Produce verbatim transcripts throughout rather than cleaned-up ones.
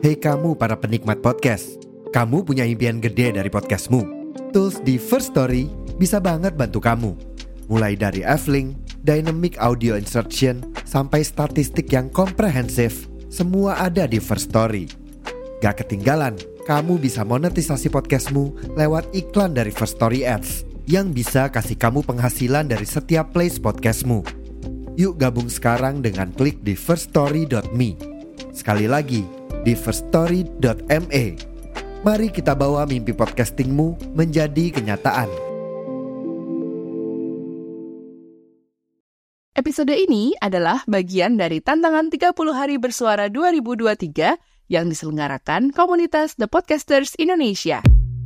Hei kamu para penikmat podcast, kamu punya impian gede dari podcastmu. Tools di First Story bisa banget bantu kamu. Mulai dari F-Link, Dynamic Audio Insertion, sampai statistik yang komprehensif, semua ada di First Story. Gak ketinggalan, kamu bisa monetisasi podcastmu lewat iklan dari First Story Ads yang bisa kasih kamu penghasilan dari setiap plays podcastmu. Yuk gabung sekarang dengan klik di first story dot me. Sekali lagi, di first story dot me. Mari kita bawa mimpi podcastingmu menjadi kenyataan. Episode ini adalah bagian dari tantangan tiga puluh hari bersuara dua ribu dua puluh tiga yang diselenggarakan komunitas The Podcasters Indonesia.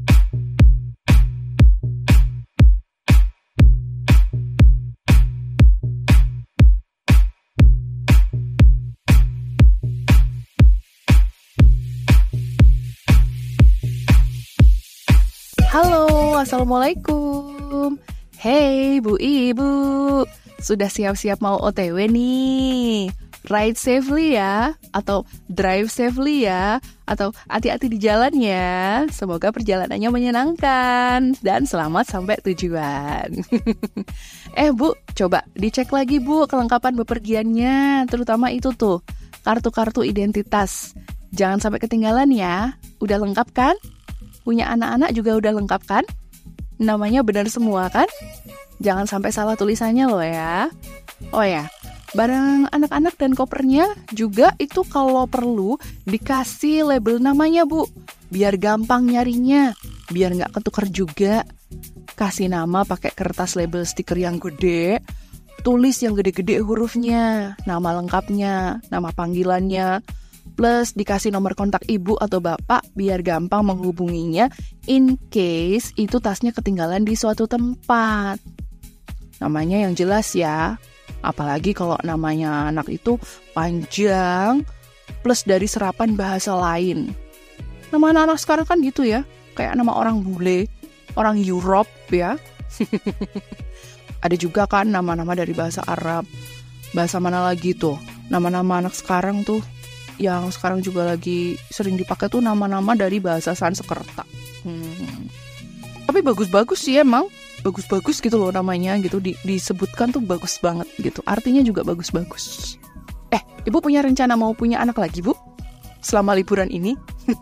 Halo, Assalamualaikum. Hey Bu Ibu, sudah siap-siap mau O T W nih? Ride safely ya, atau drive safely ya, atau hati-hati di jalan ya. Semoga perjalanannya menyenangkan dan selamat sampai tujuan. Eh Bu, coba dicek lagi Bu kelengkapan bepergiannya, terutama itu tuh, kartu-kartu identitas. Jangan sampai ketinggalan ya. Udah lengkap kan? Punya anak-anak juga udah lengkap kan? Namanya benar semua kan? Jangan sampai salah tulisannya loh ya. Oh ya, barang anak-anak dan kopernya juga itu kalau perlu dikasih label namanya Bu, biar gampang nyarinya, biar nggak ketukar juga. Kasih nama pakai kertas label stiker yang gede, tulis yang gede-gede hurufnya, nama lengkapnya, nama panggilannya, plus dikasih nomor kontak ibu atau bapak biar gampang menghubunginya in case itu tasnya ketinggalan di suatu tempat. Namanya yang jelas ya. Apalagi kalau namanya anak itu panjang plus dari serapan bahasa lain. Nama anak-anak sekarang kan gitu ya. Kayak nama orang bule, orang Europe ya. Ada juga kan nama-nama dari bahasa Arab. Bahasa mana lagi tuh? Nama-nama anak sekarang tuh yang sekarang juga lagi sering dipakai tuh nama-nama dari bahasa Sanskerta. Hmm. Tapi bagus-bagus sih emang. Bagus-bagus gitu loh namanya gitu. Di, disebutkan tuh bagus banget gitu. Artinya juga bagus-bagus. Eh, Ibu punya rencana mau punya anak lagi, Bu? Selama liburan ini?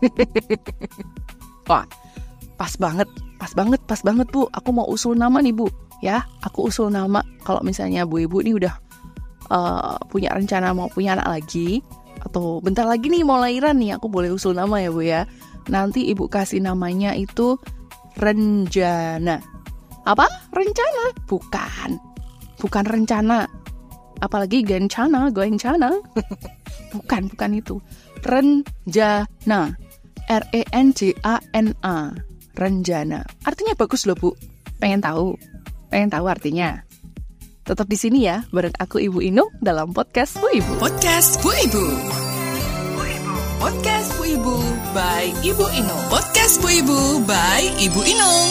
Wah, pas banget. Pas banget, pas banget, Bu. Aku mau usul nama nih, Bu. Ya, aku usul nama. Kalau misalnya Bu Ibu nih udah uh, punya rencana mau punya anak lagi, atau bentar lagi nih mau lahiran nih, aku boleh usul nama ya Bu ya. Nanti Ibu kasih namanya itu Renjana. Apa? Rencana? Bukan. Bukan rencana. Apalagi gencana, goencana. Bukan, bukan itu. Renjana. R E N J A N A. Renjana. Artinya bagus loh Bu. Pengen tahu? Pengen tahu artinya? Tetap di sini ya, bareng aku Ibu Inung dalam podcast Bu Ibu. Podcast Bu Ibu. Podcast Bu Ibu by Ibu Inung. Podcast Bu Ibu by Ibu Inung.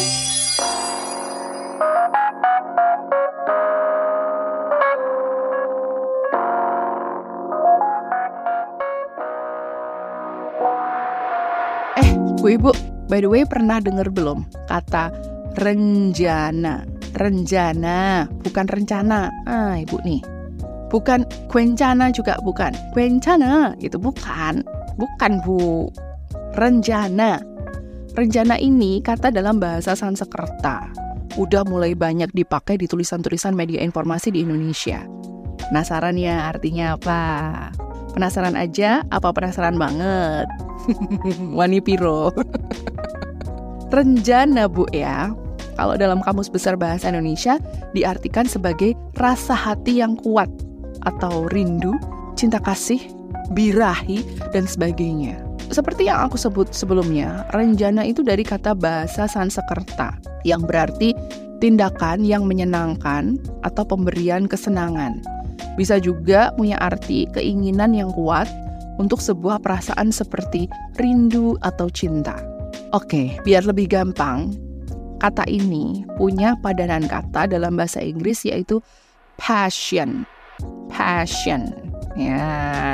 Eh, Bu Ibu, by the way pernah dengar belum kata renjana? Renjana, bukan rencana. Ah, Ibu nih. Bukan kencana juga bukan. Kencana, itu bukan. Bukan, Bu. Renjana. Renjana ini kata dalam bahasa Sanskerta. Udah mulai banyak dipakai di tulisan-tulisan media informasi di Indonesia. Penasaran ya artinya apa? Penasaran aja? Apa penasaran banget? Wani piro. Renjana, Bu ya. Kalau dalam Kamus Besar Bahasa Indonesia diartikan sebagai rasa hati yang kuat atau rindu, cinta kasih, birahi, dan sebagainya. Seperti yang aku sebut sebelumnya, renjana itu dari kata bahasa Sanskerta yang berarti tindakan yang menyenangkan atau pemberian kesenangan. Bisa juga punya arti keinginan yang kuat untuk sebuah perasaan seperti rindu atau cinta. Oke, biar lebih gampang, kata ini punya padanan kata dalam bahasa Inggris yaitu passion. Passion. Ya,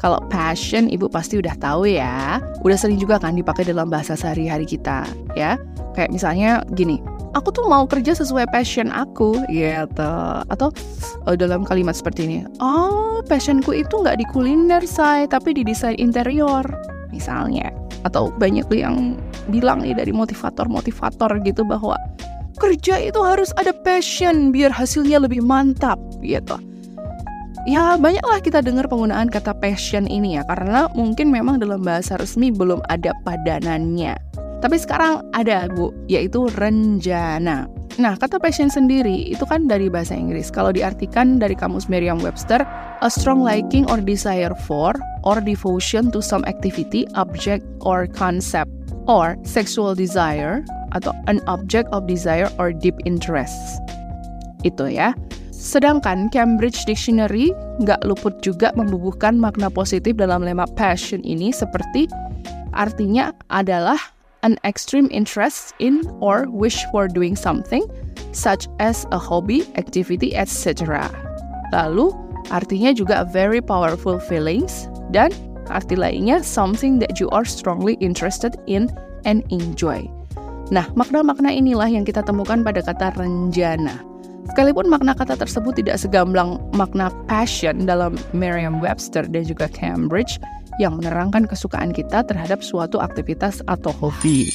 Kalau passion Ibu pasti udah tahu ya. Udah sering juga kan dipakai dalam bahasa sehari-hari kita, ya. Kayak misalnya gini, aku tuh mau kerja sesuai passion aku, gitu. Atau oh, dalam kalimat seperti ini, oh passionku itu nggak di kuliner say, tapi di desain interior, misalnya. Atau banyak yang bilang nih dari motivator-motivator gitu bahwa kerja itu harus ada passion biar hasilnya lebih mantap, gitu. Ya banyaklah kita dengar penggunaan kata passion ini ya, karena mungkin memang dalam bahasa resmi belum ada padanannya. Tapi sekarang ada Bu, yaitu renjana. Nah, kata passion sendiri itu kan dari bahasa Inggris. Kalau diartikan dari kamus Merriam-Webster, a strong liking or desire for or devotion to some activity, object or concept, or sexual desire atau an object of desire or deep interest. Itu ya. Sedangkan Cambridge Dictionary nggak luput juga membubuhkan makna positif dalam lema passion ini, seperti artinya adalah an extreme interest in or wish for doing something, such as a hobby, activity, et cetera. Lalu artinya juga very powerful feelings, dan arti lainnya something that you are strongly interested in and enjoy. Nah, makna-makna inilah yang kita temukan pada kata renjana. Sekalipun makna kata tersebut tidak segamblang makna passion dalam Merriam-Webster dan juga Cambridge yang menerangkan kesukaan kita terhadap suatu aktivitas atau hobi.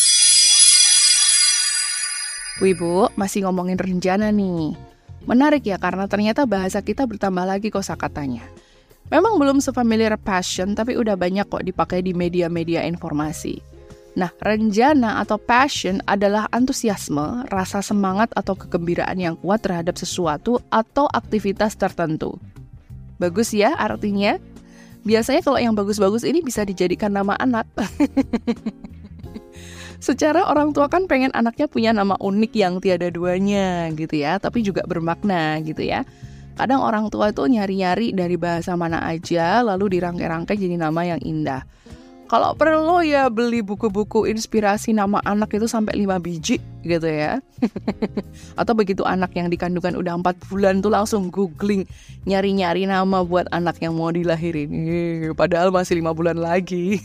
Ibu, masih ngomongin renjana nih. Menarik ya, karena ternyata bahasa kita bertambah lagi kosakatanya. Memang belum sefamiliar passion, tapi udah banyak kok dipakai di media-media informasi. Nah, renjana atau passion adalah antusiasme, rasa semangat atau kegembiraan yang kuat terhadap sesuatu atau aktivitas tertentu. Bagus ya artinya? Biasanya kalau yang bagus-bagus ini bisa dijadikan nama anak. Secara orang tua kan pengen anaknya punya nama unik yang tiada duanya gitu ya, tapi juga bermakna gitu ya. Kadang orang tua tuh nyari-nyari dari bahasa mana aja, lalu dirangkai-rangkai jadi nama yang indah. Kalau perlu ya beli buku-buku inspirasi nama anak itu sampai lima biji gitu ya. Atau begitu anak yang dikandungkan udah empat bulan tuh langsung googling, nyari-nyari nama buat anak yang mau dilahirin. Padahal masih lima bulan lagi.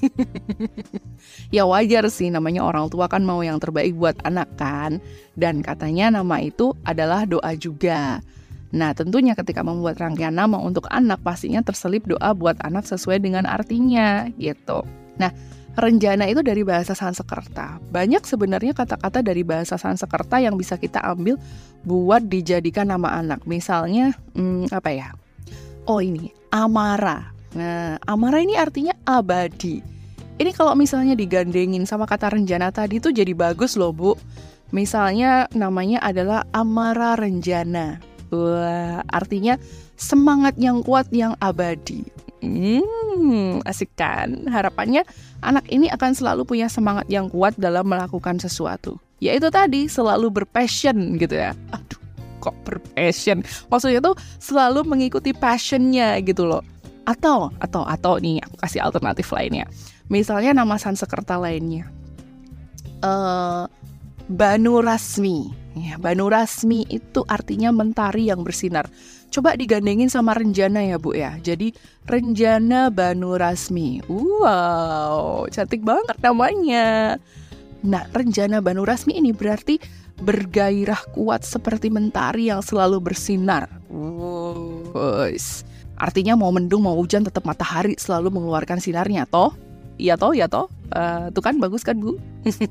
Ya wajar sih, namanya orang tua kan mau yang terbaik buat anak kan. Dan katanya nama itu adalah doa juga. Nah, tentunya ketika membuat rangkaian nama untuk anak, pastinya terselip doa buat anak sesuai dengan artinya, gitu. Nah, renjana itu dari bahasa Sanskerta. Banyak sebenarnya kata-kata dari bahasa Sanskerta yang bisa kita ambil buat dijadikan nama anak. Misalnya, hmm, apa ya? Oh ini, amara. Nah, amara ini artinya abadi. Ini kalau misalnya digandengin sama kata renjana tadi tuh jadi bagus loh, Bu. Misalnya namanya adalah amara renjana. Wah, artinya semangat yang kuat yang abadi. Hmm, asik kan? Harapannya anak ini akan selalu punya semangat yang kuat dalam melakukan sesuatu. Yaitu tadi, selalu berpassion gitu ya. Aduh, kok berpassion? Maksudnya tuh selalu mengikuti passionnya gitu loh. Atau, atau, atau nih, aku kasih alternatif lainnya. Misalnya nama Sanskerta lainnya. Uh, Banu Rasmi. Ya, Banu Rasmi itu artinya mentari yang bersinar. Coba digandengin sama renjana ya Bu ya. Jadi renjana Banu Rasmi. Wow, cantik banget namanya. Nah, renjana Banu Rasmi ini berarti bergairah kuat seperti mentari yang selalu bersinar. Wow. Artinya mau mendung mau hujan tetap matahari selalu mengeluarkan sinarnya toh. Iya toh, ya toh. Uh, tuh kan bagus kan Bu?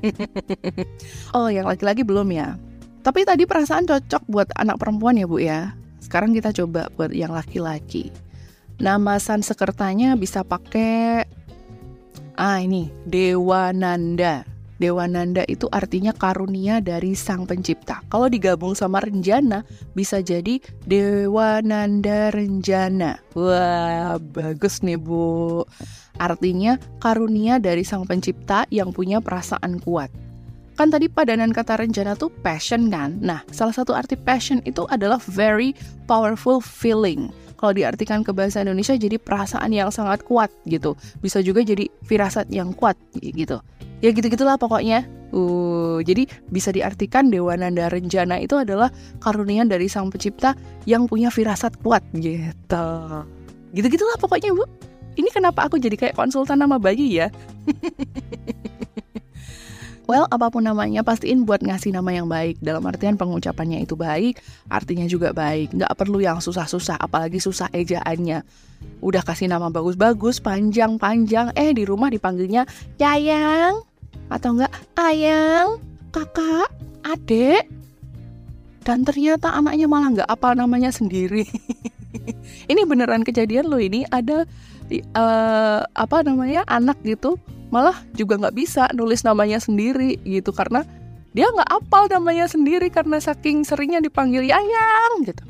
Oh, yang laki-laki belum ya. Tapi tadi perasaan cocok buat anak perempuan ya Bu ya. Sekarang kita coba buat yang laki-laki. Nama Sanskertanya bisa pakai ah ini Dewananda. Dewananda itu artinya karunia dari Sang Pencipta. Kalau digabung sama renjana bisa jadi Dewananda Renjana. Wah, bagus nih Bu. Artinya karunia dari Sang Pencipta yang punya perasaan kuat. Kan tadi padanan kata renjana tuh passion kan? Nah, salah satu arti passion itu adalah very powerful feeling. Kalau diartikan ke bahasa Indonesia jadi perasaan yang sangat kuat gitu. Bisa juga jadi firasat yang kuat gitu. Ya gitu-gitulah pokoknya. Uh, jadi bisa diartikan Dewananda Renjana itu adalah karunia dari Sang Pencipta yang punya firasat kuat gitu. Gitu-gitulah pokoknya Bu. Ini kenapa aku jadi kayak konsultan nama bayi ya? Well, apapun namanya, pastiin buat ngasih nama yang baik. Dalam artian pengucapannya itu baik, artinya juga baik. Nggak perlu yang susah-susah, apalagi susah ejaannya. Udah kasih nama bagus-bagus, panjang-panjang, eh di rumah dipanggilnya Yayang, atau enggak Ayang, kakak, adek. Dan ternyata anaknya malah nggak apa namanya sendiri. Ini beneran kejadian loh, ini ada uh, apa namanya anak gitu, malah juga nggak bisa nulis namanya sendiri gitu karena dia nggak hafal namanya sendiri karena saking seringnya dipanggil Yayang gitu.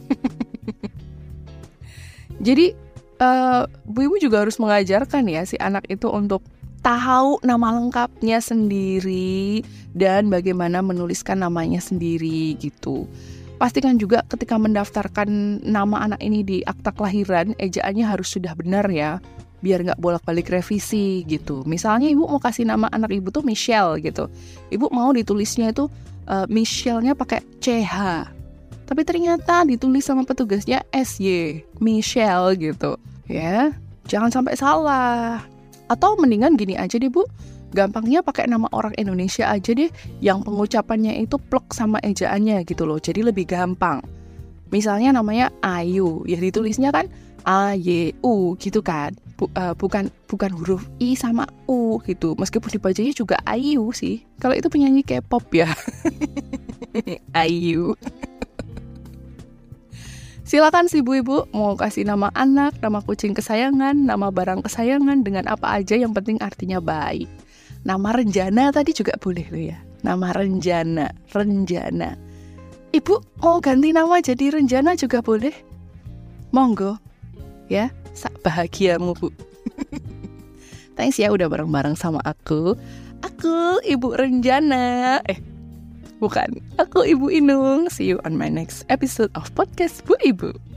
Jadi uh, Bu Ibu juga harus mengajarkan ya si anak itu untuk tahu nama lengkapnya sendiri dan bagaimana menuliskan namanya sendiri gitu. Pastikan juga ketika mendaftarkan nama anak ini di akta kelahiran, ejaannya harus sudah benar ya, biar nggak bolak-balik revisi gitu. Misalnya ibu mau kasih nama anak ibu tuh Michelle gitu, ibu mau ditulisnya itu uh, Michelle-nya pakai C H, tapi ternyata ditulis sama petugasnya S Y, Michelle gitu ya. Jangan sampai salah. Atau mendingan gini aja deh Bu, gampangnya pakai nama orang Indonesia aja deh, yang pengucapannya itu plek sama ejaannya gitu loh, jadi lebih gampang. Misalnya namanya Ayu, ya ditulisnya kan A Y U gitu kan, Bu, uh, bukan bukan huruf I sama U gitu, meskipun dibacanya juga Ayu sih. Kalau itu penyanyi K-pop ya. Ayu. Silakan sih Bu Ibu mau kasih nama anak, nama kucing kesayangan, nama barang kesayangan dengan apa aja, yang penting artinya baik. Nama Renjana tadi juga boleh loh ya. Nama Renjana, Renjana. Ibu mau ganti nama jadi Renjana juga boleh. Monggo. Ya, sak bahagiamu Bu. Thanks ya udah bareng-bareng sama aku. Aku Ibu Renjana. Eh, bukan. Aku Ibu Inung. See you on my next episode of podcast Bu Ibu.